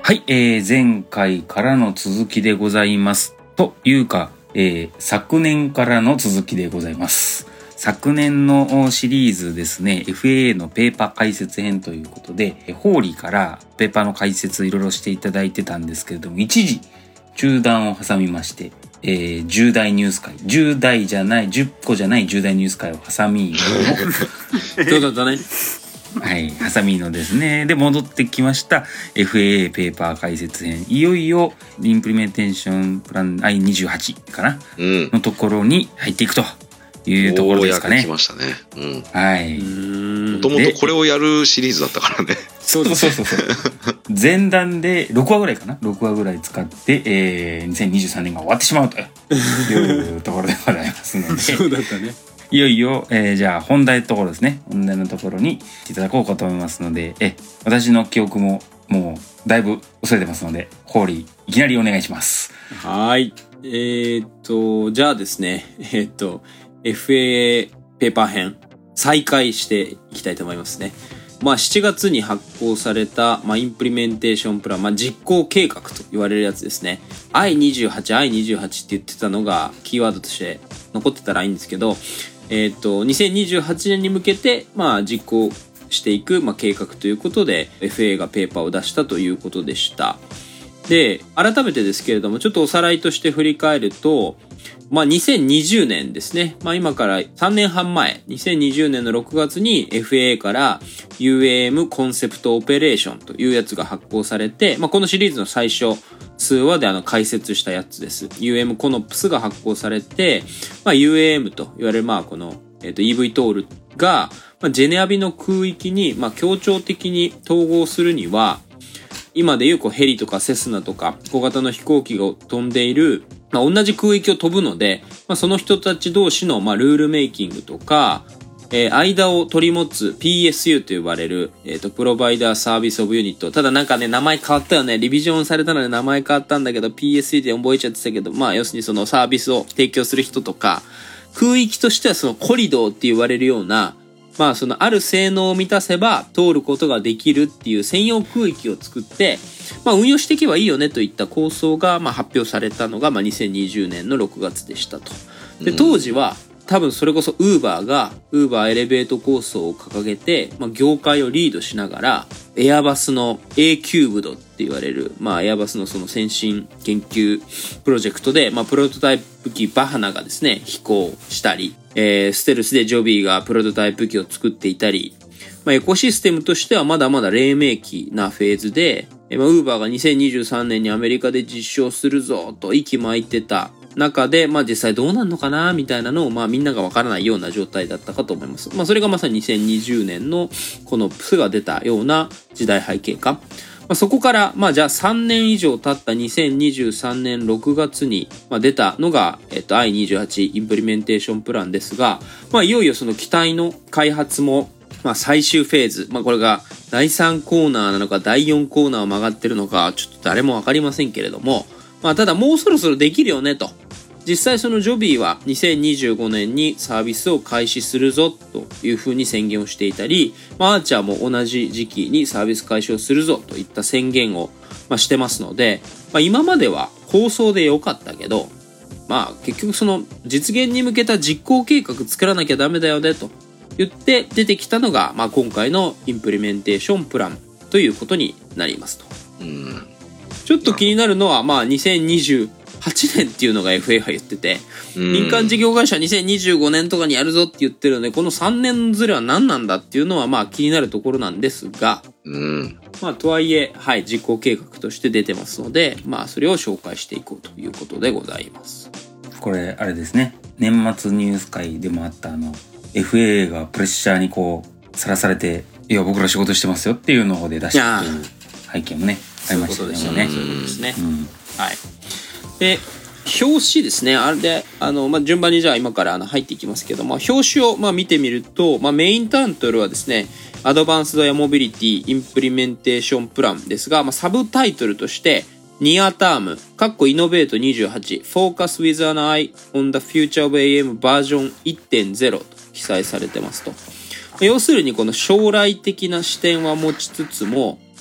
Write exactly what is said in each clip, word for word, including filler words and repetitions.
はい、えー、前回からの続きでございます。というか、えー、昨年からの続きでございます。昨年のシリーズですね、エフエーエー のペーパー解説編ということで、ホーリーからペーパーの解説いろいろしていただいてたんですけれども、一時中断を挟みまして、えー、じゅう大ニュース会、じゅう大じゃない、じゅっこじゃないじゅう大ニュース会を挟みの、 そうだったね。 はい、ハサミのですね。で、戻ってきました エフエーエー ペーパー解説編。いよいよ、インプリメンテーションプラン アイにじゅうはち かな、うん、のところに入っていくというところですかね。 来ましたね。うん。 はい。 もともとこれをやるシリーズだったからね。 そうそうそうそう。前段でろくわぐらいかな ?ろく 話ぐらい使って、えー、にせんにじゅうさんねんが終わってしまうというところでございますので。 そうだったね。 いよいよ、えー、じゃあ本題のところですね。本題のところにいただこうかと思いますので、え、私の記憶ももうだいぶ薄れてますので、ホーリー、いきなりお願いします。 はい。えー、っと、じゃあですね、えー、っと、エフエーエー ペーパー編、再開していきたいと思いますね。まあしちがつに発行された、まあ、インプリメンテーションプラン、まあ、実行計画と言われるやつですね。アイにじゅうはち、アイにじゅうはち って言ってたのがキーワードとして残ってたらいいんですけど、えっと、にせんにじゅうはちねんに向けて、まあ、実行していく、まあ、計画ということで、エフエーエー がペーパーを出したということでした。で、改めてですけれども、ちょっとおさらいとして振り返ると、まあ、にせんにじゅうねんですね。まあ、今からさんねんはん前、にせんにじゅうねんのろくがつに エフエーエー から ユーエーエム コンセプトオペレーションというやつが発行されて、まあ、このシリーズの最初、数話であの解説したやつです。ユーエム コノプスが発行されて、まあ、ユーエーエム と言われる、まあ、この、えっと、イーブイ トールが、まあ、ジェネアビの空域に、まあ、協調的に統合するには、今でいうこうヘリとかセスナとか小型の飛行機が飛んでいる、まあ、同じ空域を飛ぶので、まあ、その人たち同士の、まあ、ルールメイキングとか、えー、間を取り持つ ピーエスユー と呼ばれる、えっと、プロバイダーサービスオブユニット。ただなんかね、名前変わったよね。リビジョンされたので名前変わったんだけど、ピーエスユー で覚えちゃってたけど、まあ、要するにそのサービスを提供する人とか、空域としてはそのコリドーって言われるような、まあそのある性能を満たせば通ることができるっていう専用空域を作って、まあ運用していけばいいよねといった構想がまあ発表されたのがまあにせんにじゅうねんのろくがつでしたと。で、当時は多分それこそ Uber が Uber エレベート構想を掲げて、まあ業界をリードしながら、エアバスの A キューブドって言われる、まあエアバスのその先進研究プロジェクトで、まあプロトタイプ機バハナがですね、飛行したり、えー、ステルスでジョビーがプロトタイプ機を作っていたり、まあエコシステムとしてはまだまだ黎明期なフェーズで、えー、まあ Uber がにせんにじゅうさんねんにアメリカで実証するぞと息巻いてた中で、まあ実際どうなんのかなみたいなのを、まあみんながわからないような状態だったかと思います。まあそれがまさににせんにじゅうねんのこのプスが出たような時代背景か。まあ、そこから、まあじゃあさんねん以上経ったにせんにじゅうさんねんろくがつに、まあ、出たのが、えっと アイにじゅうはち インプリメンテーションプランですが、まあいよいよその機体の開発も、まあ最終フェーズ、まあこれがだいさんコーナーなのかだいよんコーナーを曲がってるのか、ちょっと誰もわかりませんけれども、まあただもうそろそろできるよねと。実際そのジョビーはにせんにじゅうごねんにサービスを開始するぞというふうに宣言をしていたり、まあ、アーチャーも同じ時期にサービス開始をするぞといった宣言を、まあ、してますので、まあ、今までは構想で良かったけど、まあ結局その実現に向けた実行計画作らなきゃダメだよねと言って出てきたのが、まあ、今回のインプリメンテーションプランということになりますと。うん、ちょっと気になるのは、まあにせんにじゅうはちねんっていうのが エフエー が言ってて、民間事業会社にせんにじゅうごねんとかにやるぞって言ってるので、このさんねんずれは何なんだっていうのはまあ気になるところなんですが、うん、まあとはいえ、はい、実行計画として出てますので、まあそれを紹介していこうということでございます。 これあれですね、年末ニュース会でもあったあの エフエーエー がプレッシャーにこうさらされて、いや僕ら仕事してますよっていうので出したという背景もねありましたよね。 そういうことですね。はい。で、表紙ですね。あれで、あの、まあ、順番にじゃあ今からあの入っていきますけども、表紙をまあ見てみると、まあ、メインタイトルはですね、アドバンスドエアモビリティインプリメンテーションプランですが、まあ、サブタイトルとして、ニアターム、カッコイノベートにじゅうはち、Focus with an eye on the future of エーエム バージョン いってんゼロ と記載されてますと。要するにこの将来的な視点は持ちつつも、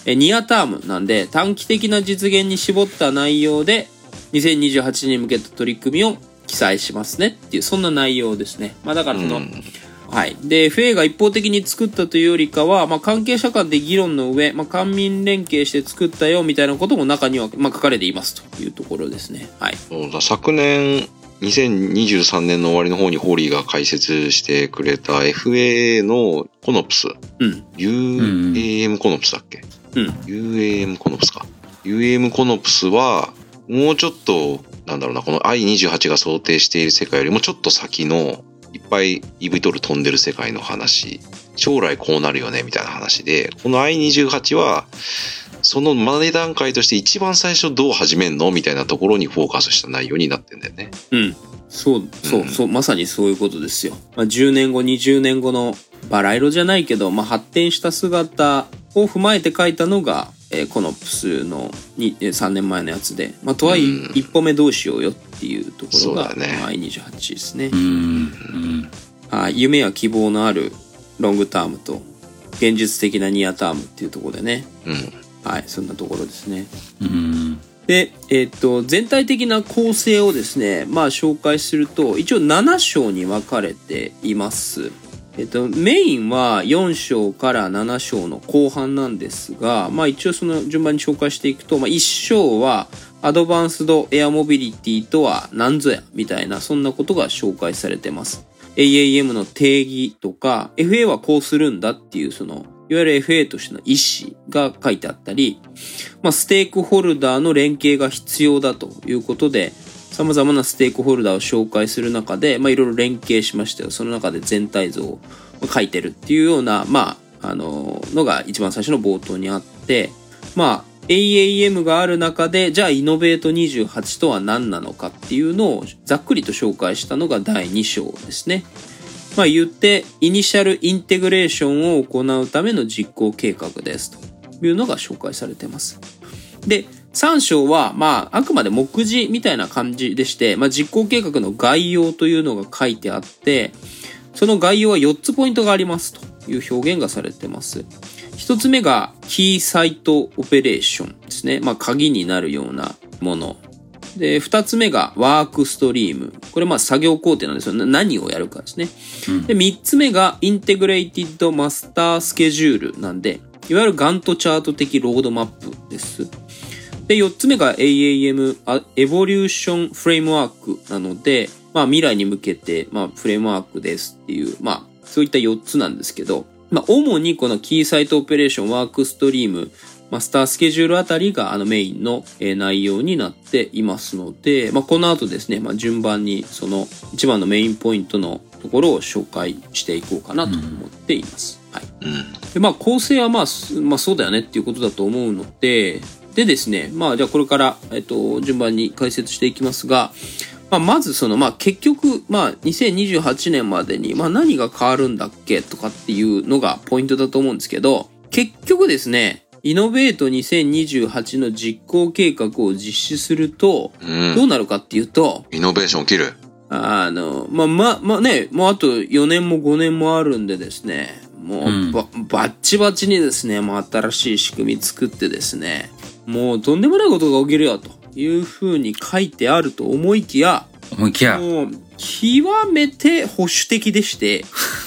えニアタームなんで短期的な実現に絞った内容でにせんにじゅうはちねんに向けた取り組みを記載しますねっていうそんな内容ですね。まあだからその、うん、はい。で、エフエー が一方的に作ったというよりかは、まあ関係者間で議論の上、まあ官民連携して作ったよみたいなことも中には、まあ書かれていますというところですね。はい。 そうだ、昨年、にせんにじゅうさんねんの終わりの方にホーリーが解説してくれた エフエー のコノプス。うん。ユーエーエム コノプスだっけ？うん。ユーエーエム コノプスか。ユーエーエム コノプスは、もうちょっと、なんだろうな、この アイにじゅうはち が想定している世界よりもちょっと先の、いっぱい イーブイ トール飛んでる世界の話、将来こうなるよね、みたいな話で、この アイにじゅうはち は、その前段階として一番最初どう始めんのみたいなところにフォーカスした内容になってんだよね。 うん。そう、そう、うん、そう、まさにそういうことですよ。まあ、じゅうねんご、にじゅうねんごのバラ色じゃないけど、まあ、発展した姿を踏まえて書いたのが、えー、コノプスのにさんねんまえのやつで、まあ、とはいえ、うん、一歩目どうしようよっていうところが、ね、まあ、アイにじゅうはち ですね。うんうんはい、夢や希望のあるロングタームと現実的なニアタームっていうところでね。うんはい、そんなところですね。うんで、えー、っと全体的な構成をですね、まあ紹介すると一応なな章に分かれています。えー、っとメインはよん章からなな章の後半なんですが、まあ一応その順番に紹介していくと、まあいち章はアドバンスドエアモビリティとは何ぞやみたいなそんなことが紹介されてます。エーエーエム の定義とか エフエー はこうするんだっていうそのいわゆる エフエー としての意思が書いてあったり、まあ、ステークホルダーの連携が必要だということで、様々なステークホルダーを紹介する中で、まあ、いろいろ連携しましたよ。その中で全体像を書いてるっていうような、まあ、あの、のが一番最初の冒頭にあって、まあ、エーエーエム がある中で、じゃあイノベートにじゅうはちとは何なのかっていうのをざっくりと紹介したのがだいに章ですね。まあ言って、イニシャルインテグレーションを行うための実行計画ですというのが紹介されています。で、さん章は、まあ、あくまで目次みたいな感じでして、まあ実行計画の概要というのが書いてあって、その概要はよっつポイントがありますという表現がされています。ひとつめが、キーサイトオペレーションですね。まあ鍵になるようなもの。で、二つ目がワークストリーム。これまあ作業工程なんですよ。何をやるかですね。うん、で、三つ目がインテグレイティッドマスタースケジュールなんで、いわゆるガントチャート的ロードマップです。で、四つ目が エーエーエム エボリューションフレームワークなので、まあ未来に向けて、まあフレームワークですっていう、まあそういった四つなんですけど、まあ主にこのキーサイトオペレーション、ワークストリーム、マスタースケジュールあたりがあのメインの内容になっていますので、まあ、この後ですね、まあ、順番にその一番のメインポイントのところを紹介していこうかなと思っています。うん、はい。うん、で、まあ構成はまあ、まあそうだよねっていうことだと思うので、でですね、まあじゃあこれから、えっと、順番に解説していきますが、まあ、まずその、まあ結局、まあにせんにじゅうはちねんまでに、まあ何が変わるんだっけとかっていうのがポイントだと思うんですけど、結局ですね、イノベートにせんにじゅうはちの実行計画を実施すると、どうなるかっていうと、 うん、イノベーション起きる。 あの、まあ、ま、まあね、もうあとよねんもごねんもあるんでですね、もうバ、うん、バッチバチにですね、もう新しい仕組み作ってですね、もうとんでもないことが起きるよというふうに書いてあると思いきや、 思いきや、 もう極めて保守的でして、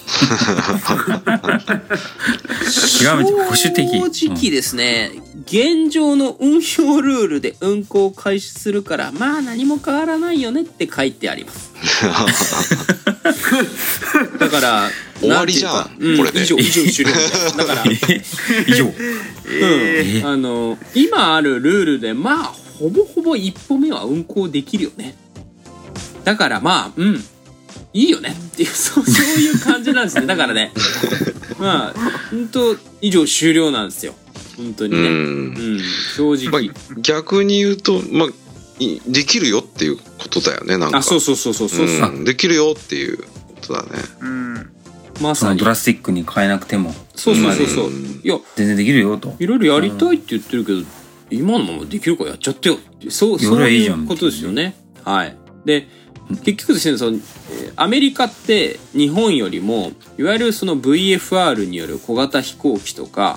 極めて保守的。 正直ですね、うん、現状の運用ルールで運行を開始するから、まあ何も変わらないよねって書いてあります。だから、 終わりじゃん、うん、これで。 以上、以上終了みたいな。だから、 以上。 うん。あの、今あるルールで、まあ、ほぼほぼ一歩目は運行できるよね。だからまあ、うん。いいよねっていう、そう、そういう感じなんですね。だからね。まあ、本当以上終了なんですよ。本当にね。うん。うん、正直、 まあ。逆に言うと、まあ、できるよっていうことだよね、なんか。 あ、そうそうそうそうそう、 うん。できるよっていうことだね。 うん。まさに。ドラスティックに変えなくても。 そうそうそうそう。 いや、全然できるよと。 いろいろやりたいって言ってるけど、今のままできるからやっちゃってよっていう。そう、そういうことですよね。はい。で、結局ですね、そのアメリカって日本よりもいわゆるその ブイエフアール による小型飛行機とか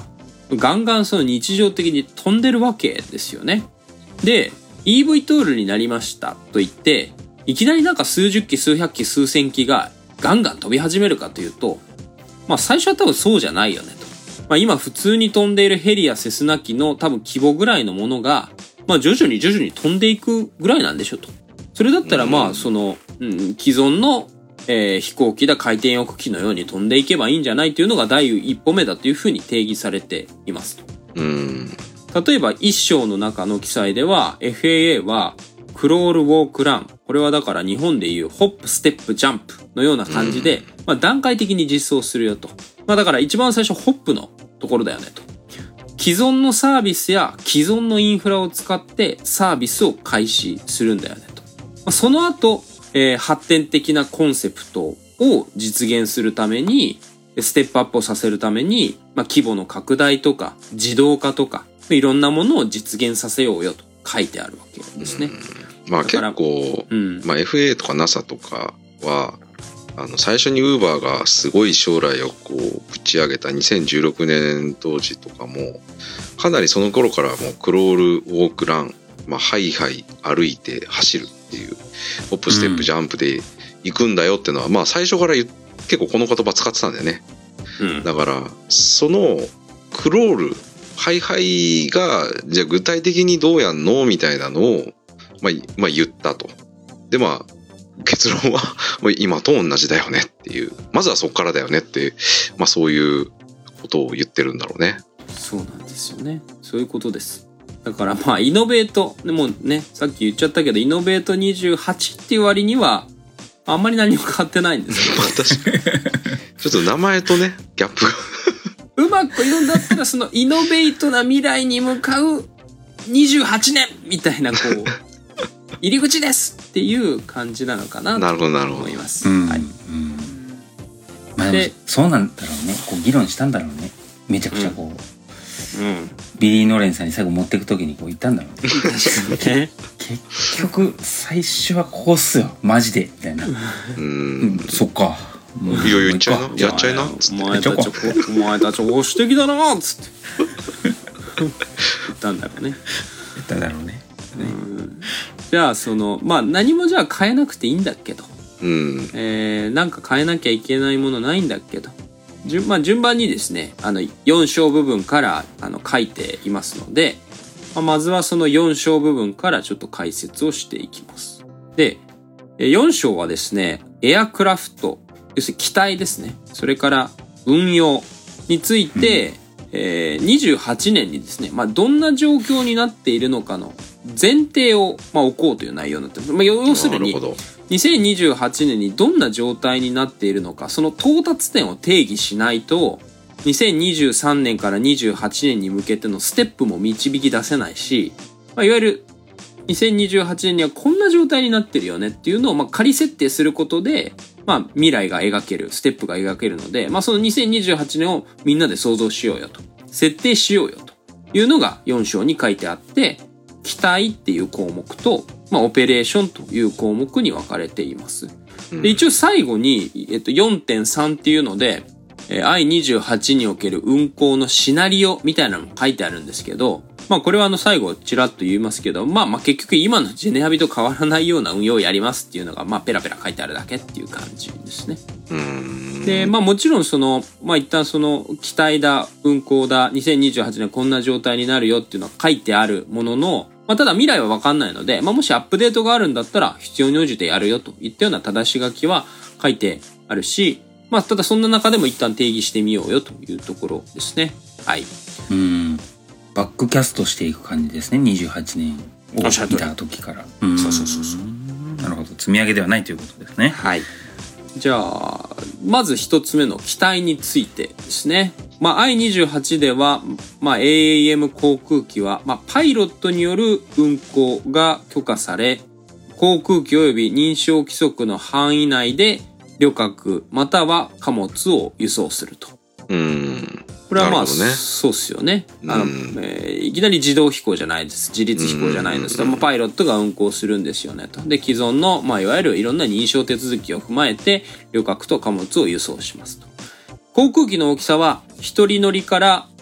ガンガンその日常的に飛んでるわけですよね。で、イーブイ トールになりましたと言って、いきなりなんか数十機、数百機、数千機がガンガン飛び始めるかというと、まあ最初は多分そうじゃないよねと。まあ今普通に飛んでいるヘリやセスナ機の多分規模ぐらいのものが、まあ徐々に徐々に飛んでいくぐらいなんでしょと。それだったらまあその、うん、既存の、えー、飛行機だ回転翼機のように飛んでいけばいいんじゃないというのが第一歩目だというふうに定義されていますと。 うん例えば一章の中の記載では エフエーエー はクロールウォークラン、これはだから日本でいうホップステップジャンプのような感じで、まあ、段階的に実装するよと。まあだから一番最初ホップのところだよねと。既存のサービスや既存のインフラを使ってサービスを開始するんだよねと。まあ、その後、えー、発展的なコンセプトを実現するために、ステップアップをさせるために、まあ、規模の拡大とか自動化とかいろんなものを実現させようよと書いてあるわけですね。 まあ結構、うん、まあ エフエー とか ナサ とかは、あの最初に Uber がすごい将来をこうぶち上げたにせんじゅうろくねん当時とかも、かなりその頃からもうクロール、ウォーク、ラン、まあハイハイ歩いて走るっていう、ホップステップジャンプで行くんだよっていうのは、うん、まあ最初から結構この言葉使ってたんだよね。うん、だから、そのクロール、ハイハイが、じゃあ具体的にどうやんのみたいなのを、まあ、まあ言ったと。で、まあ、結論は、今と同じだよねっていう。まずはそこからだよねって、まあそういうことを言ってるんだろうね。 そうなんですよね。そういうことです。だからまあ、イノベート、でもね、さっき言っちゃったけど、イノベートにじゅうはちっていう割には、あんまり何も変わってないんですけど。確かに。ちょっと名前とね、ギャップが。 うまく言うんだったら、そのイノベートな未来に向かうにじゅうはちねんみたいな、こう、入り口ですっていう感じなのかなと思います。 はい。まあでもそうなんだろうね。こう議論したんだろうね。めちゃくちゃこう、うん、ビリー・ノレンさんに最後持っていくときにこう言ったんだろうね。結局最初はここっすよ、マジでみたいな。うん、うん、そっか。 もういよいよっちゃいな、やっちゃいなっつって。 お前たちお前たち保守的だなっつって言ったんだろうね。 言っただろうね。 うん、じゃあそのまあ何もじゃあ変えなくていいんだけど、うんえー、なんか変えなきゃいけないものないんだけど、順、まあ、順番にですねあのよん章部分からあの書いていますので、まあ、まずはそのよん章部分からちょっと解説をしていきます。でよん章はですねエアクラフト、要するに機体ですね、それから運用について、うんえー、にじゅうはちねんにですね、まあ、どんな状況になっているのかの前提を、まあ、置こうという内容になってます。まあ、要するににせんにじゅうはちねんにどんな状態になっているのか、その到達点を定義しないとにせんにじゅうさんねんからにじゅうはちねんに向けてのステップも導き出せないし、まあ、いわゆるにせんにじゅうはちねんにはこんな状態になってるよねっていうのをまあ仮設定することで、まあ、未来が描ける、ステップが描けるので、まあ、そのにせんにじゅうはちねんをみんなで想像しようよと、設定しようよというのがよん章に書いてあって、機体っていう項目と、まあ、オペレーションという項目に分かれています。で、一応最後に、えっと、よんてんさん っていうので、アイにじゅうはち における運行のシナリオみたいなのも書いてあるんですけど、まあこれはあの最後ちらっと言いますけど、まあまあ結局今のジェネハビと変わらないような運用をやりますっていうのがまあペラペラ書いてあるだけっていう感じですね。で、まあもちろんその、まあ一旦その機体だ、運行だ、にせんにじゅうはちねんこんな状態になるよっていうのは書いてあるものの、まあただ未来はわかんないので、まあもしアップデートがあるんだったら必要に応じてやるよといったような正し書きは書いてあるし、まあただそんな中でも一旦定義してみようよというところですね。はい。 うん。バックキャストしていく感じですね。にじゅうはちねんを見た時から。 うんそうそうそうそう。 なるほど。積み上げではないということですね。 はい。じゃあ、まず一つ目の機体についてですね。まあ アイにじゅうはち では、まあ エーエーエム 航空機は、まあパイロットによる運航が許可され、航空機及び認証規則の範囲内で旅客または貨物を輸送すると。 うん。 これはまあ、ね、そうっすよね。あの、えー、いきなり自動飛行じゃないです。自律飛行じゃないです。まあ、パイロットが運航するんですよねと。で、既存の、まあ、いわゆるいろんな認証手続きを踏まえて、旅客と貨物を輸送しますと。航空機の大きさは、一人乗りから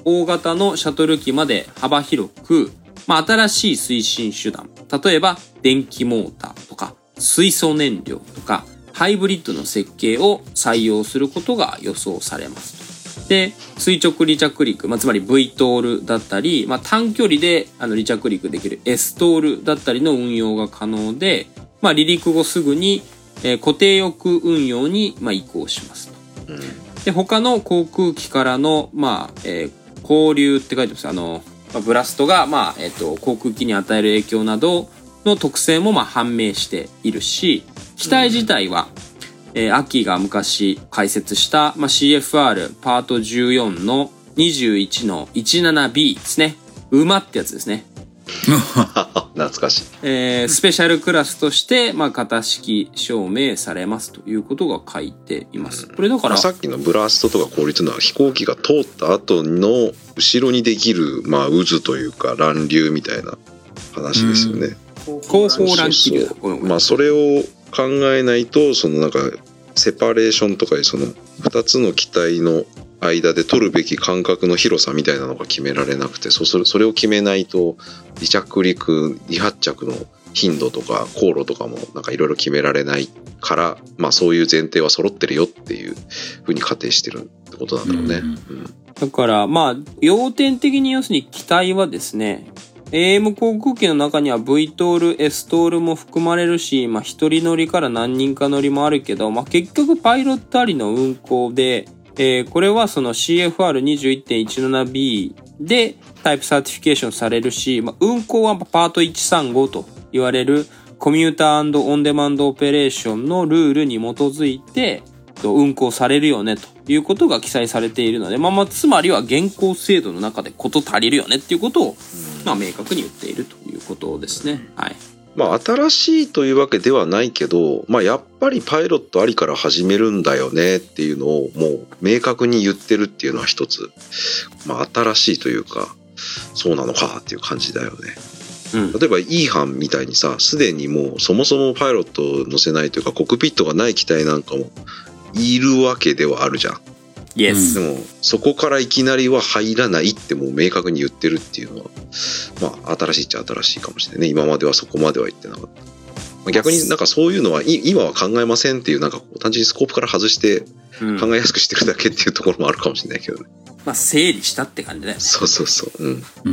大型のシャトル機まで幅広く、まあ、新しい推進手段、例えば電気モーターとか水素燃料とかハイブリッドの設計を採用することが予想されます。で、垂直離着陸、まあ、つまり ブイ トールだったり、まあ、短距離であの離着陸できる エス トールだったりの運用が可能で、まあ、離陸後すぐに、えー、固定翼運用に、まあ、移行しますと。うん、で、他の航空機からの、まあ、えー、交流って書いてます。あの、まあ、ブラストが、まあ、えっと、航空機に与える影響などの特性も、まあ、判明しているし、機体自体は、うん、えー、アッキーが昔解説した、まあ、シーエフアール パートじゅうよんの にじゅういちのじゅうななビー ですね。馬ってやつですね。 懐かしい。 えー、スペシャルクラスとして、まあ、型式証明されますということが書いています。これだから、 まあ、さっきのブラストとか効率のは飛行機が通った後の後ろにできる、まあ、渦というか乱流みたいな話ですよね。 後方乱気流。 まあそれを考えないと、そのなんかセパレーションとかでそのふたつの機体の間で取るべき間隔の広さみたいなのが決められなくて、そそれを決めないと離着陸離発着の頻度とか航路とかもなんかいろいろ決められないから、まあそういう前提は揃ってるよっていうふうに仮定してるってことなんだろうね。うんうん、 だからまあ要点的に要するに機体はですね、エーエム 航空機の中には ブイ トール、エス トールも含まれるし、まあ一人乗りから何人か乗りもあるけど、まあ結局パイロットありの運航で、えー、これはその シーエフアールにじゅういってんいちななビー でタイプサーティフィケーションされるし、まあ、運航はパートいちさんごと言われるコミューター&オンデマンドオペレーションのルールに基づいて運航されるよねということが記載されているので、まあまあつまりは現行制度の中でこと足りるよねっていうことを、まあ明確に言っているということですね。はい。 まあ新しいというわけではないけど、まあやっぱりパイロットありから始めるんだよねっていうのをもう明確に言ってるっていうのは一つ、まあ新しいというか、そうなのかっていう感じだよね。うん、例えば イー 班みたいにさ、すでにもうそもそもパイロットを乗せないというかコックピットがない機体なんかもいるわけではあるじゃん。 Yes. でもそこからいきなりは入らないってもう明確に言ってるっていうのは、まあ新しいっちゃ新しいかもしれないね。今まではそこまでは言ってなかった。まあ、逆になんかそういうのは今は考えませんっていう、なんかこう単純にスコープから外して考えやすくしてるだけっていうところもあるかもしれないけどね。 うん、まあ整理したって感じだよね。 そうそうそう。うん。 うん、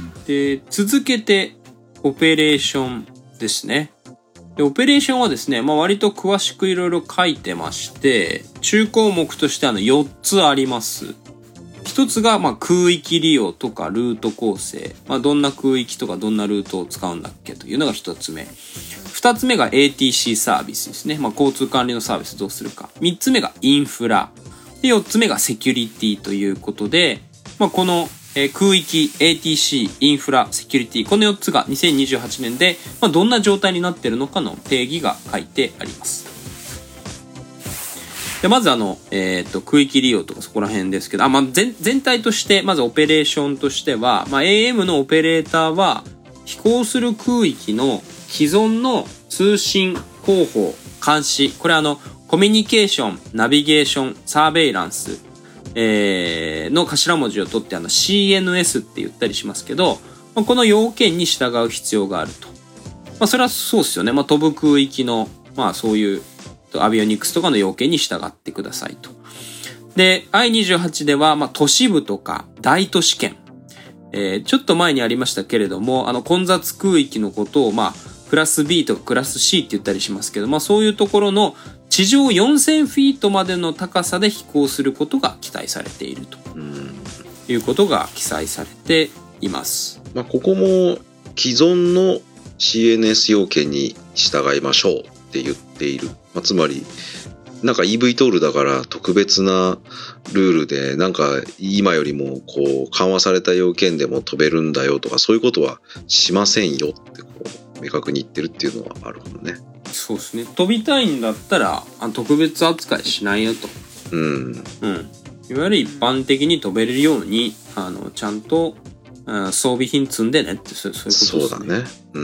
で続けてオペレーションですね。でオペレーションはですね、まあ、割と詳しくいろいろ書いてまして、中項目としてあのよっつあります。一つがまあ空域利用とかルート構成、まあ、どんな空域とかどんなルートを使うんだっけというのが一つ目。二つ目が エーティーシー サービスですね、まあ、交通管理のサービスどうするか。三つ目がインフラで、四つ目がセキュリティということで、まあ、このえー、空域、エーティーシー、インフラ、セキュリティ、このよっつがにせんにじゅうはちねんで、まあ、どんな状態になっているのかの定義が書いてあります。でまずあの、えー、と空域利用とかそこら辺ですけど、あ、まあ、全, 全体としてまずオペレーションとしては、まあ、エーエム のオペレーターは飛行する空域の既存の通信、広報、監視、これあのコミュニケーション、ナビゲーション、サーベイランスえー、の頭文字を取ってあの シーエヌエス って言ったりしますけど、まあ、この要件に従う必要があると。まあ、それはそうですよね。まあ、飛ぶ空域の、まあ、そういうアビオニクスとかの要件に従ってくださいと。で、アイにじゅうはち では、まあ、都市部とか大都市圏、えー、ちょっと前にありましたけれども、あの混雑空域のことを、まあ、クラス ビー とかクラス シー って言ったりしますけど、まあ、そういうところの地上よんせんフィートまでの高さで飛行することが期待されているということが記載されています。 まあ、ここも既存の シーエヌエス 要件に従いましょうって言っている。まあ、つまりなんか イーブイ トールだから特別なルールでなんか今よりもこう緩和された要件でも飛べるんだよとか、そういうことはしませんよってこう明確に言ってるっていうのはあるかもね。 そうですね。飛びたいんだったらあ特別扱いしないよと。 うん。 うん。いわゆる一般的に飛べるようにあのちゃんと、うん、装備品積んでねってそういうことですね。 そうだね。うん。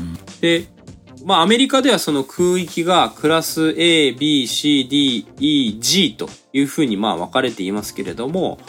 で、まあアメリカではその空域がクラス A、B、C、D、E、G というふうにまあ分かれていますけれども、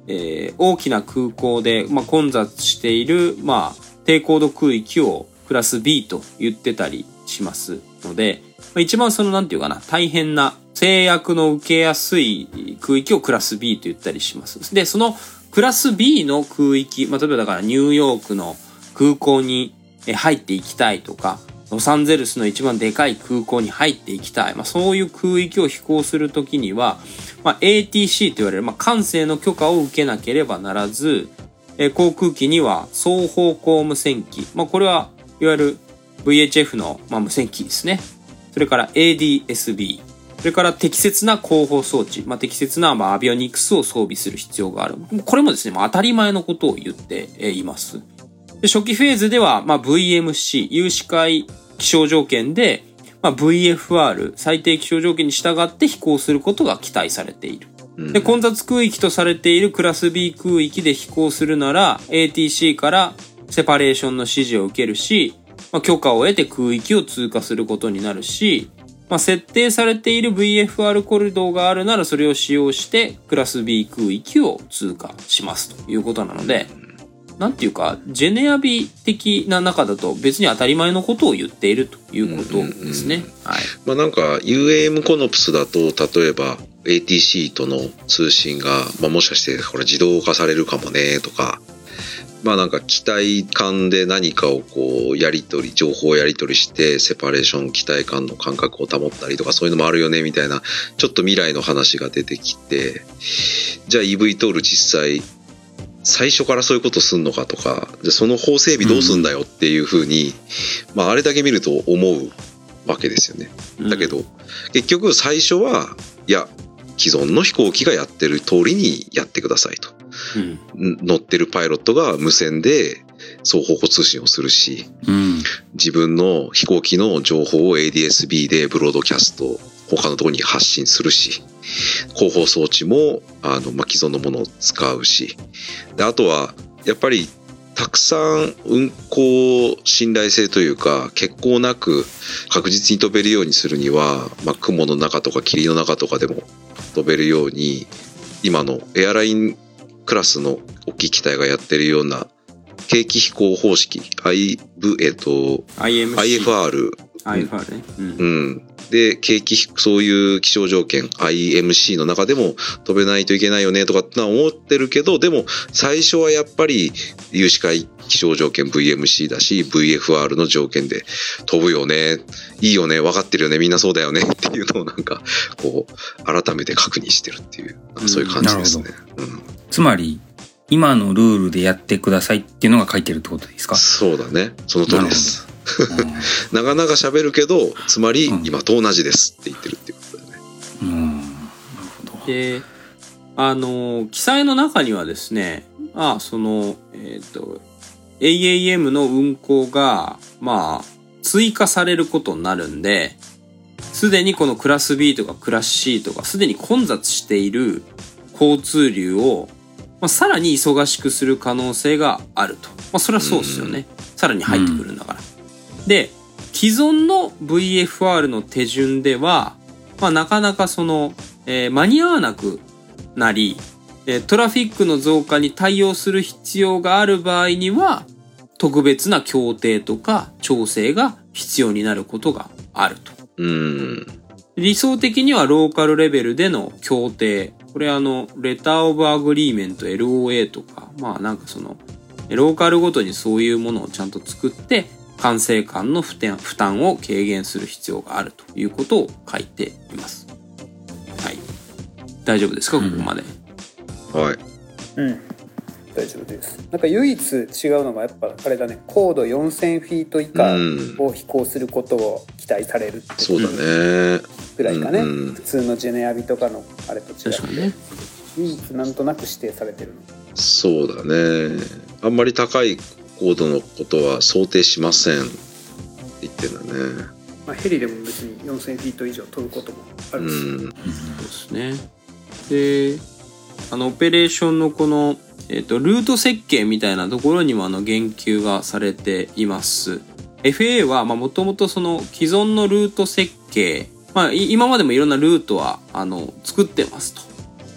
えー、大きな空港で、まあ、混雑している、まあ、低高度空域をクラス ビー と言ってたりしますので、まあ、一番そのなんていうかな、大変な制約の受けやすい空域をクラス ビー と言ったりします。で、そのクラス ビー の空域、まあ、例えばだからニューヨークの空港に入っていきたいとか、ロサンゼルスの一番でかい空港に入っていきたい。まあ、そういう空域を飛行するときには、まあ、エーティーシー と言われる、まあ、管制の許可を受けなければならず、え航空機には双方向無線機。まあ、これはいわゆる ブイエイチエフ の、まあ、無線機ですね。それから エーディーエスビー。それから適切な広報装置。まあ、適切な、まあ、アビオニクスを装備する必要がある。これもですね、まあ、当たり前のことを言っています。で初期フェーズでは、まあ、ブイエムシー、有視界気象条件で、まあ、ブイエフアール、最低気象条件に従って飛行することが期待されている。で、混雑空域とされているクラス ビー 空域で飛行するなら、エーティーシー からセパレーションの指示を受けるし、まあ、許可を得て空域を通過することになるし、まあ、設定されている ブイエフアール コリドーがあるならそれを使用してクラス ビー 空域を通過しますということなので、なんていうか、ジェネアビ的な中だと別に当たり前のことを言っているということですね。はい。 まあなんか ユーエーエム コノプスだと、例えば エーティーシー との通信が、まあもしかしてこれ自動化されるかもねとか、まあなんか機体間で何かをこうやり取り、情報をやり取りしてセパレーション機体間の間隔を保ったりとかそういうのもあるよねみたいな、ちょっと未来の話が出てきて、じゃあ イーブイ トール実際最初からそういうことすんのかとか、じゃあその法整備どうすんだよっていうふうに、うん、まああれだけ見ると思うわけですよね。だけど、うん、結局最初はいや既存の飛行機がやってる通りにやってくださいと、うん、乗ってるパイロットが無線で双方向通信をするし、うん、自分の飛行機の情報を エーディーエスビー でブロードキャスト他のところに発信するし、広報装置もあの、まあ、既存のものを使うし、であとはやっぱりたくさん運航信頼性というか欠航なく確実に飛べるようにするには、まあ、雲の中とか霧の中とかでも飛べるように今のエアラインクラスの大きい機体がやってるような景気飛行方式 I、えっと、アイエフアール、 アイエフアール ね、 うんうんで、景気、そういう気象条件、アイエムシー の中でも飛べないといけないよねとかってのは思ってるけど、でも最初はやっぱり有視界気象条件 ブイエムシー だし、ブイエフアール の条件で飛ぶよね、いいよね、分かってるよね、みんなそうだよねっていうのをなんか、こう、改めて確認してるっていう、そういう感じですね。 うん、つまり、今のルールでやってくださいっていうのが書いてるってことですか？ そうだね。その通りです。なかなか喋るけどつまり今と同じですって言ってるっていうことだよね。うん、なるほど。で、あの記載の中にはですね、ああそのえっと エーエーエム の運行がまあ追加されることになるんで、すでにこのクラス ビー とかクラス シー とかすでに混雑している交通流を、まあ、さらに忙しくする可能性があると。まあそれはそうですよね。さらに入ってくるんだから。で、既存の ブイエフアール の手順では、まあ、なかなかその、えー、間に合わなくなり、えー、トラフィックの増加に対応する必要がある場合には、特別な協定とか調整が必要になることがあると。 うーん。 理想的にはローカルレベルでの協定。これあの、レターオブアグリーメント エルオーエー とか、まあなんかその、ローカルごとにそういうものをちゃんと作って、管制官の負担、負担を軽減する必要があるということを書いています。はい。大丈夫ですか、ここまで。 うん、はい。 うん。大丈夫です。なんか唯一違うのがやっぱあれだね、高度よんせんフィート以下を飛行することを期待されるって、 そうだね。 ぐらいかね、うんうん。普通のジェネアビとかのあれと違って、ね、唯一なんとなく指定されてるの。 そうだね。あんまり高い高度のことは想定しませんって言ってんだね。 まあ、ヘリでも別によんせんフィート以上飛ぶこともあるし、うん、そうですね。で、あのオペレーションのこの、えーと、ルート設計みたいなところにもあの言及がされています。エフエー はもともとその既存のルート設計、まあ、今までもいろんなルートはあの作ってますと。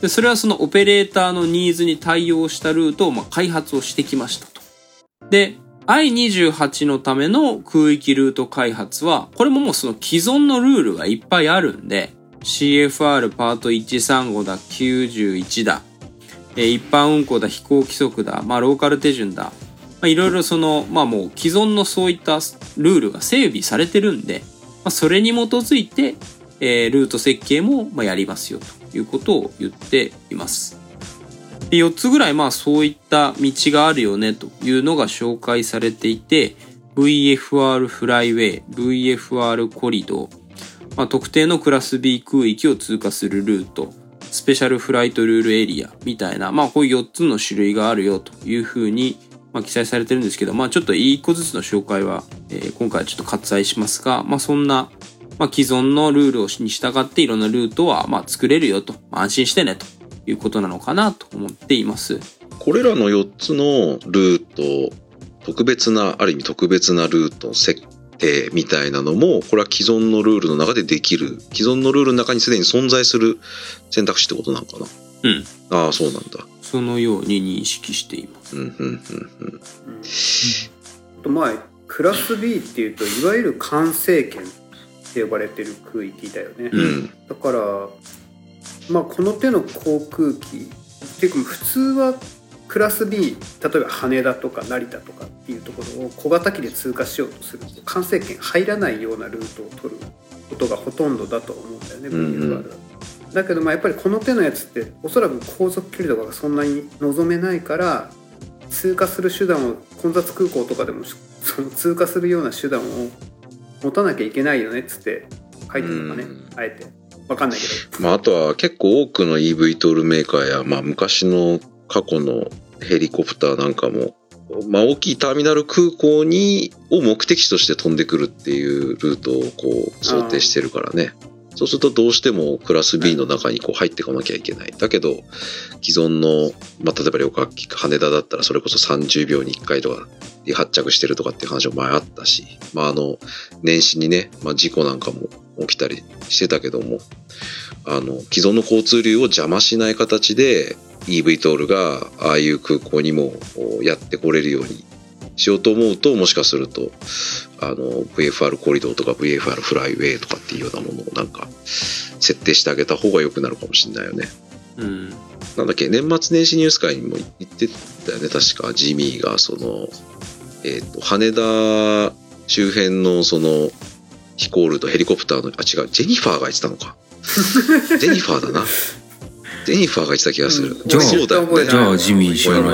でそれはそのオペレーターのニーズに対応したルートをまあ開発をしてきましたと。で、アイにじゅうはち のための空域ルート開発は、これももうその既存のルールがいっぱいあるんで、シーエフアール パートいちさんごだ、きゅうじゅういちだ、え一般運行だ、飛行規則だ、まあローカル手順だ、まあいろいろその、まあもう既存のそういったルールが整備されてるんで、まあそれに基づいて、えー、ルート設計もまあやりますよということを言っています。でよっつぐらいまあそういった道があるよねというのが紹介されていて、 ブイエフアール フライウェイ、ブイエフアール コリドー、まあ、特定のクラス B 空域を通過するルート、スペシャルフライトルールエリアみたいな、まあこういうよっつの種類があるよというふうにまあ記載されてるんですけど、まあちょっといっこずつの紹介は、えー、今回はちょっと割愛しますが、まあそんなまあ既存のルールに従っていろんなルートはまあ作れるよと、まあ、安心してねということなのかなと思っています。 これらのよっつのルート、特別な、ある意味特別なルート設定みたいなのも、これは既存のルールの中でできる、既存のルールの中にすでに存在する選択肢ってことなのかな。 うん。 ああ、そうなんだ。 そのように認識しています。うんうんうんうん。 とまあクラス B っていうといわゆる管制圏って呼ばれてる空域だよね。 うん、 だからまあこの手の航空機っていうか普通はクラス B、 例えば羽田とか成田とかっていうところを小型機で通過しようとすると管制圏入らないようなルートを取ることがほとんどだと思うんだよね、ブイエフアール だと。だけどまあやっぱりこの手のやつっておそらく航続距離とかがそんなに望めないから、通過する手段を混雑空港とかでもその通過するような手段を持たなきゃいけないよねっつって書いてるのかね、あえて分かんないけど、 まあ、あとは結構多くの イーブイ トールメーカーや、まあ、昔の過去のヘリコプターなんかも、まあ、大きいターミナル空港にを目的地として飛んでくるっていうルートをこう想定してるからね。そうするとどうしてもクラス B の中にこう入っていかなきゃいけない。だけど既存の、まあ、例えば旅客機羽田だったらそれこそさんじゅうびょうにいっかいとかで発着してるとかっていう話も前あったし、まああの年始にね、まあ、事故なんかも起きたりしてたけども、あの既存の交通流を邪魔しない形で イーブイ トールがああいう空港にもやってこれるようにしようと思うと、もしかするとあの ブイエフアール コリドーとか ブイエフアール フライウェイとかっていうようなものをなんか設定してあげた方が良くなるかもしれないよね。 うん、 なんだっけ、年末年始ニュース会にも言ってたよね、確かジミーがその、えーと、羽田周辺のその飛行ルート、ヘリコプターの、あ違う、ジェニファーが言ってたのかジェニファーだなジェニファーが言ってた気がする。 じゃあ、 そうだよね。 じゃあジミー知らない。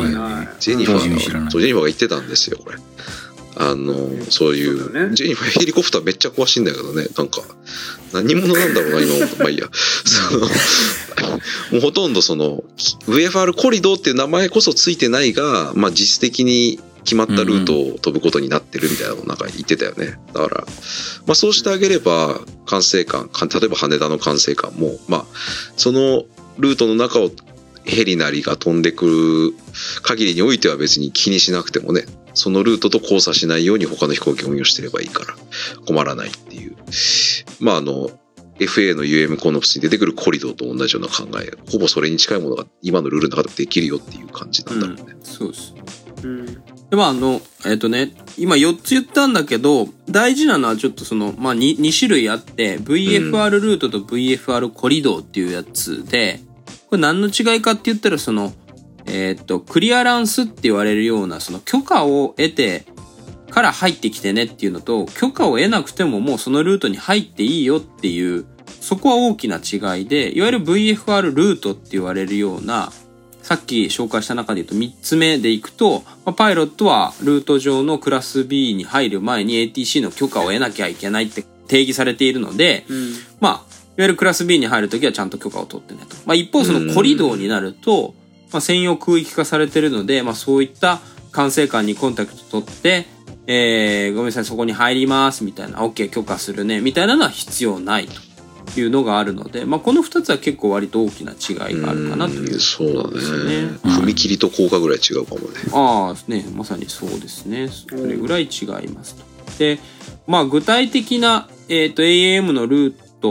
ジェニファーが、そうジェニファーが言ってたんですよ、これ。あのそういう、ね、ジェニファーヘリコプターめっちゃ詳しいんだけどね、なんか何者なんだろうな今思った。まあいいや。そのもうほとんどその ブイエフアール コリドーっていう名前こそついてないが、まあ実質的に決まったルートを飛ぶことになってるみたいなのをなんか言ってたよね。だから、まあそうしてあげれば管制官、例えば羽田の管制官もまあそのルートの中をヘリなりが飛んでくる限りにおいては別に気にしなくてもね、そのルートと交差しないように他の飛行機を運用してればいいから困らないっていう、まああの エフエー の ユーエム コノプスに出てくるコリドーと同じような考え、ほぼそれに近いものが今のルールの中でできるよっていう感じなんだろうね。 うん、そうです。うん。でまああのえっとね、今よっつ言ったんだけど大事なのはちょっとそのまあ 2, 2種類あって ブイエフアール ルートと ブイエフアール コリドーっていうやつで、これ何の違いかって言ったらそのえー、っとクリアランスって言われるようなその許可を得てから入ってきてねっていうのと、許可を得なくてももうそのルートに入っていいよっていう、そこは大きな違いで、いわゆる ブイエフアール ルートって言われるような、さっき紹介した中で言うとみっつめでいくと、パイロットはルート上のクラス B に入る前に エーティーシー の許可を得なきゃいけないって定義されているので、うん、まあいわゆるクラス B に入るときはちゃんと許可を取ってねと。まあ一方そのコリドーになると、まあ、専用空域化されているので、まあそういった管制官にコンタクト取って、えー、ごめんなさいそこに入りますみたいな、 OK 許可するねみたいなのは必要ないというのがあるので、まあこのふたつは結構割と大きな違いがあるかなという、 そうだね、踏切と効果ぐらい違うかもね。 ああね、まさにそうですね、それぐらい違いますと。でまあ具体的な、えー、と エーエーエム のルート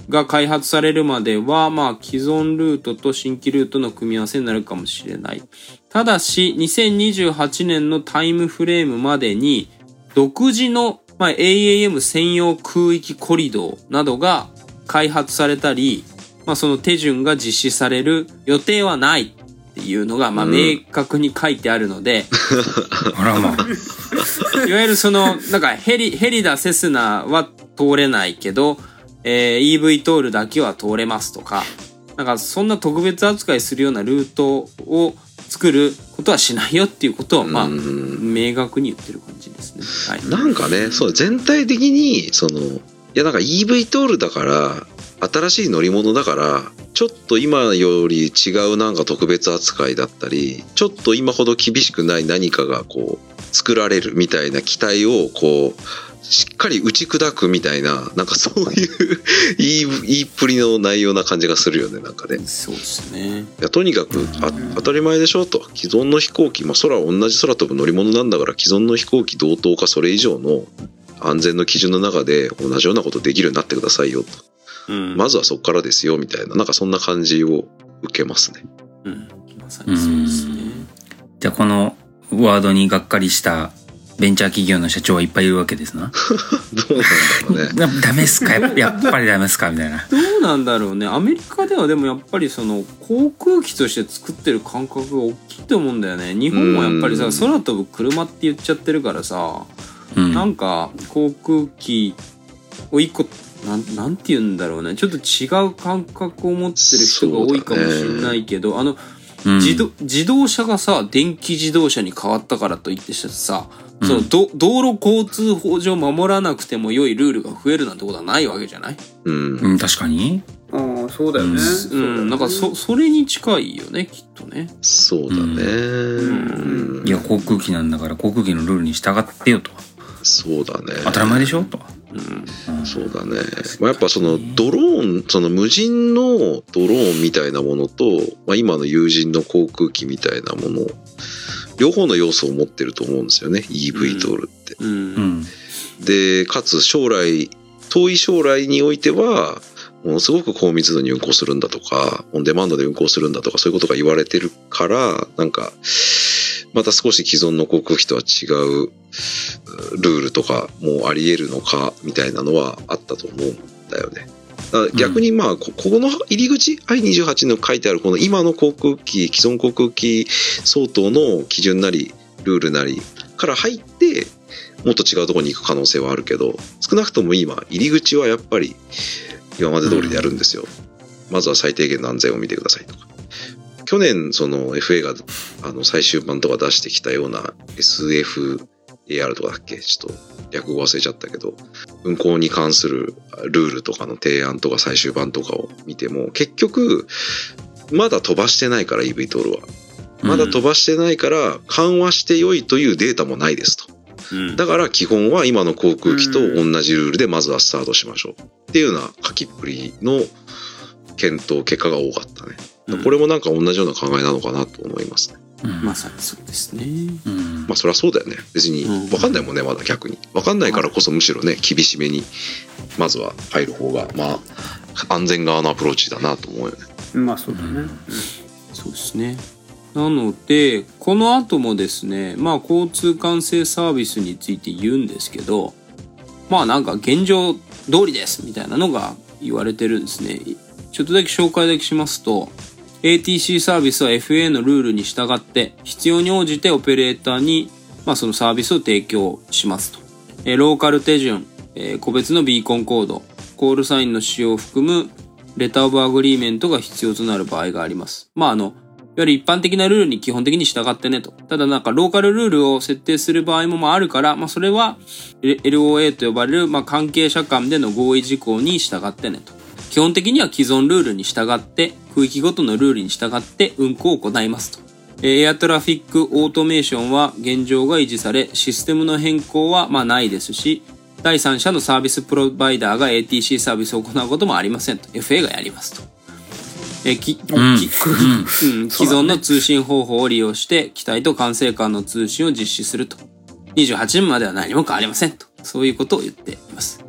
が開発されるまでは、まあ、既存ルートと新規ルートの組み合わせになるかもしれない。ただし、にせんにじゅうはちねんのタイムフレームまでに、独自の、まあ、エーエーエム 専用空域コリドーなどが開発されたり、まあ、その手順が実施される予定はないっていうのが、まあ、明確に書いてあるので、 うん、あらまあ。いわゆるその、なんかヘリ、ヘリダ、セスナは通れないけど、えー、イーブイ トールだけは通れますとか、なんかそんな特別扱いするようなルートを作ることはしないよっていうことを、まあ、明確に言ってる感じですね。はい。 なんかね、そう、全体的に、その、いやなんか イーブイ トールだから、新しい乗り物だから、ちょっと今より違うなんか特別扱いだったり、ちょっと今ほど厳しくない何かがこう、作られるみたいな期待をこう、しっかり打ち砕くみたいな、なんかそういう言い、言いっぷりの内容な感じがするよね、なんかね。 そうですね。 いやとにかくあ当たり前でしょと。既存の飛行機、まあ空同じ空飛ぶ乗り物なんだから、既存の飛行機同等かそれ以上の安全の基準の中で同じようなことできるようになってくださいよと。うん、まずはそこからですよみたいな、なんかそんな感じを受けますね。 うん、まさにそうですね。 じゃあこのワードにがっかりしたベンチャー企業の社長はいっぱいいるわけですな。 どうなんだろうね。 ダメっすか、やっぱりダメっすかみたいな。 どうなんだろうね。アメリカではでもやっぱりその航空機として作ってる感覚が大きいと思うんだよね。日本はやっぱりさ、空飛ぶ車って言っちゃってるからさ、うん、なんか航空機を一個なんなんて言うんだろうね。ちょっと違う感覚を持ってる人が多いかもしれないけど、あの、うん、自動自動車がさ、電気自動車に変わったからといってさ、うん、そのど道路交通法上守らなくても良いルールが増えるなんてことはないわけじゃない？ うん、うん、確かに。 ああ、そうだよね。 うん、うん、なんかそそれに近いよね、きっとね。 そうだね。 うんうん、いや航空機なんだから航空機のルールに従ってよと。 そうだね。 当たり前でしょと。 うん、そうだね。まあ、やっぱそのドローン、その無人のドローンみたいなものと、まあ、今の有人の航空機みたいなもの、両方の要素を持ってると思うんですよね、イーブイ トールって。うんうん、で、かつ将来、遠い将来においては、ものすごく高密度に運航するんだとか、オンデマンドで運航するんだとか、そういうことが言われてるから、なんか、また少し既存の航空機とは違うルールとかもあり得るのかみたいなのはあったと思うんだよね。だから逆にまあここの入り口 アイにじゅうはち の書いてあるこの今の航空機既存航空機相当の基準なりルールなりから入ってもっと違うところに行く可能性はあるけど、少なくとも今入り口はやっぱり今まで通りでやるんですよ。まずは最低限の安全を見てくださいとか。去年その エフエー があの最終版とか出してきたような エスエフエーアール とかだっけ、ちょっと略語忘れちゃったけど、運航に関するルールとかの提案とか最終版とかを見ても結局まだ飛ばしてないから イーブイ トールはまだ飛ばしてないから緩和して良いというデータもないですと。だから基本は今の航空機と同じルールでまずはスタートしましょうっていうような書きっぷりの検討結果が多かったね。これもなんか同じような考えなのかなと思いますね。 うん、まさにそうですね。 うん、まあそりゃそうだよね。別に分かんないもんね、まだ逆に。分かんないからこそむしろね、厳しめにまずは入る方が、まあ安全側のアプローチだなと思うよね。 まあそうだね。うん、 そうですね。なので、この後もですね、まあ交通管制サービスについて言うんですけど、まあなんか現状通りですみたいなのが言われてるんですね。ちょっとだけ紹介だけしますと、エーティーシー サービスは エフエー のルールに従って必要に応じてオペレーターに、まあ、そのサービスを提供しますと。えー、ローカル手順、えー、個別のビーコンコード、コールサインの使用を含むレターオブアグリーメントが必要となる場合があります。まああの、いわゆる一般的なルールに基本的に従ってねと。ただなんかローカルルールを設定する場合もまああるから、まあそれは エルオーエー と呼ばれるまあ関係者間での合意事項に従ってねと。基本的には既存ルールに従って区域ごとのルールに従って運行を行いますと。エアトラフィックオートメーションは現状が維持され、システムの変更はまあないですし、第三者のサービスプロバイダーが エーティーシー サービスを行うこともありませんと。エフエー がやりますと。えき、うん、きうん、既存の通信方法を利用して機体と管制官の通信を実施すると。にじゅうはちねんまでは何も変わりませんと。そういうことを言っています。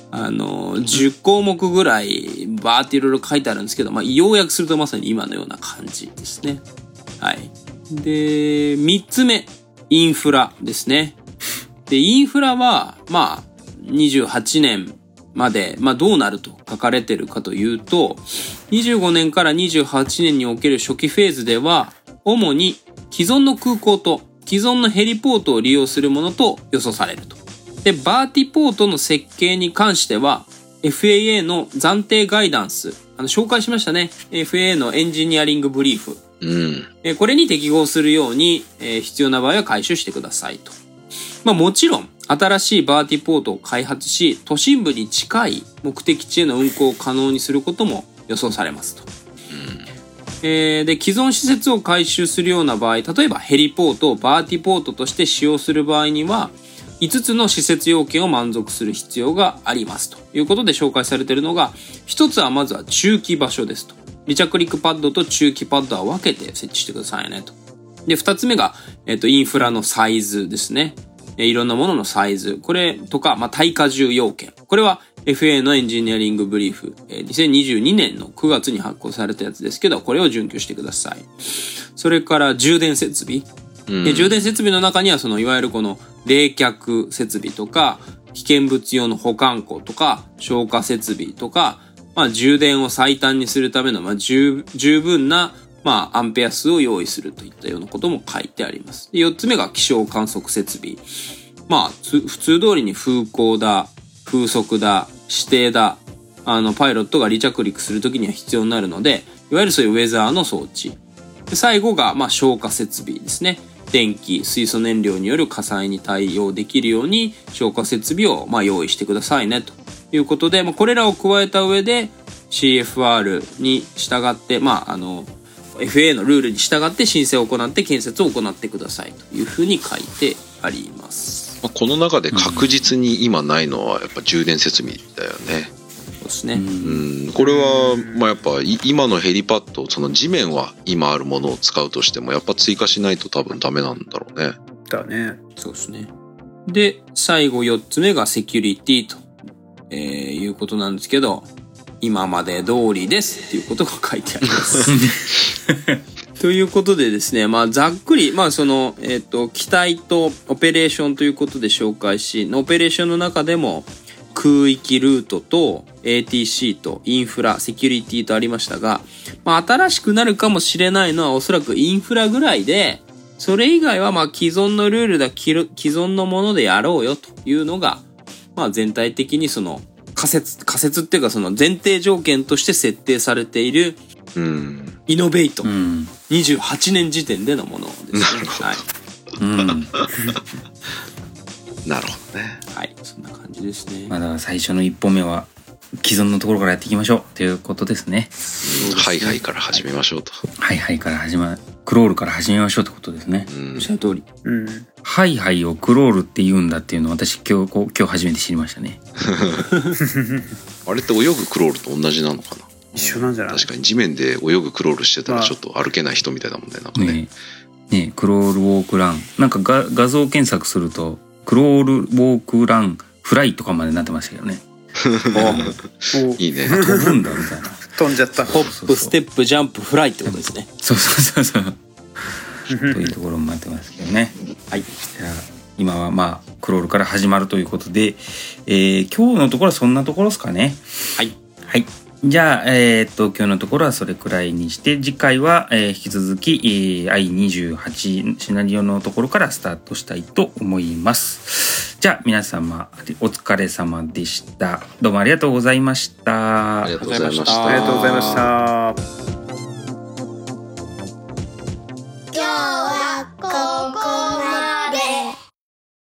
あの、じゅっこうもくぐらいバーっていろいろ書いてあるんですけど、まあ、要約するとまさに今のような感じですね。はい。で、みっつめ、インフラですね。で、インフラは、まあ、にじゅうはちねんまで、まあ、どうなると書かれてるかというと、にじゅうごねんからにじゅうはちねんにおける初期フェーズでは、主に既存の空港と既存のヘリポートを利用するものと予想されると。で、バーティポートの設計に関しては、エフエーエー の暫定ガイダンス、あの、紹介しましたね。エフエーエー のエンジニアリングブリーフ。 うん。 えこれに適合するように、えー、必要な場合は回収してくださいと。まあもちろん、新しいバーティポートを開発し、都心部に近い目的地への運行を可能にすることも予想されますと。えー、で、既存施設を回収するような場合、例えばヘリポートをバーティポートとして使用する場合には、いつつの施設要件を満足する必要がありますということで紹介されているのが、一つはまずは駐機場所ですと。離着陸パッドと駐機パッドは分けて設置してくださいねと。で、二つ目が、えっと、インフラのサイズですね。いろんなもののサイズ。これとか、まあ、耐荷重要件。これは エフエー のエンジニアリングブリーフ。にせんにじゅうにねんのくがつに発行されたやつですけど、これを準拠してください。それから充電設備。うん、で充電設備の中には、その、いわゆるこの冷却設備とか、危険物用の保管庫とか、消火設備とか、まあ、充電を最短にするための、まあ、十、十分な、まあ、アンペア数を用意するといったようなことも書いてあります。で、よっつめが気象観測設備。まあ、普通通りに風向だ、風速だ、指定だ、あの、パイロットが離着陸するときには必要になるので、いわゆるそういうウェザーの装置。で最後が、まあ、消火設備ですね。電気、水素燃料による火災に対応できるように消火設備を、まあ、用意してくださいね、ということで、まあ、これらを加えた上で シーエフアール に従って、まあ、あの、エフエー のルールに従って申請を行って建設を行ってくださいというふうに書いてあります。 まあ、この中で確実に今ないのはやっぱ充電設備だよね。 そうですね。 うん、これはまあやっぱ今のヘリパッド、その地面は今あるものを使うとしてもやっぱ追加しないと多分ダメなんだろうね。 だね。 そうですね。で、最後よっつめがセキュリティと、えー、いうことなんですけど、今まで通りですっていうことが書いてあります。ということでですね、まあざっくり、まあその、えっと、機体とオペレーションということで紹介し、オペレーションの中でも空域ルートと エーティーシー とインフラ、セキュリティとありましたが、まあ新しくなるかもしれないのはおそらくインフラぐらいで、それ以外はまあ既存のルールだ、既存のものでやろうよというのが、まあ全体的にその仮説、仮説っていうかその前提条件として設定されている、 うん、 イノベート、うん、にじゅうはちねん時点でのものですね。 なるほど。 はい。 うん、なるほどね。 はい、そんな感じですね。 まあだから最初の一歩目は既存のところからやっていきましょうということですね。 はいはいから始めましょうと。 はいはいから始まる。クロールから始めましょうってことですね。 おっしゃる通り。 うん。 はいはいをクロールって言うんだっていうのを私今日今日初めて知りましたね。 あれって泳ぐクロールと同じなのかな。 一緒なんじゃない？ 確かに地面で泳ぐクロールしてたらちょっと歩けない人みたいだもんね。なんかね。 ねえ、ねえクロールウォークランなんかが画像検索するとクロールウォークランフライとかまでなってましたけどね。 いいね。 飛ぶんだみたいな。 飛んじゃった。 ホップステップジャンプフライってことですね。 そうそうそうそう。というところも待ってますけどね。 はい。 じゃあ今はまあクロールから始まるということで、えー、今日のところはそんなところですかね。 はいはい。じゃあ、えー、っと今日のところはそれくらいにして、次回は、えー、引き続き、えー、アイにじゅうはち シナリオのところからスタートしたいと思います。じゃあ皆様お疲れ様でした。どうもありがとうございました。 ありがとうございました。 ありがとうございました。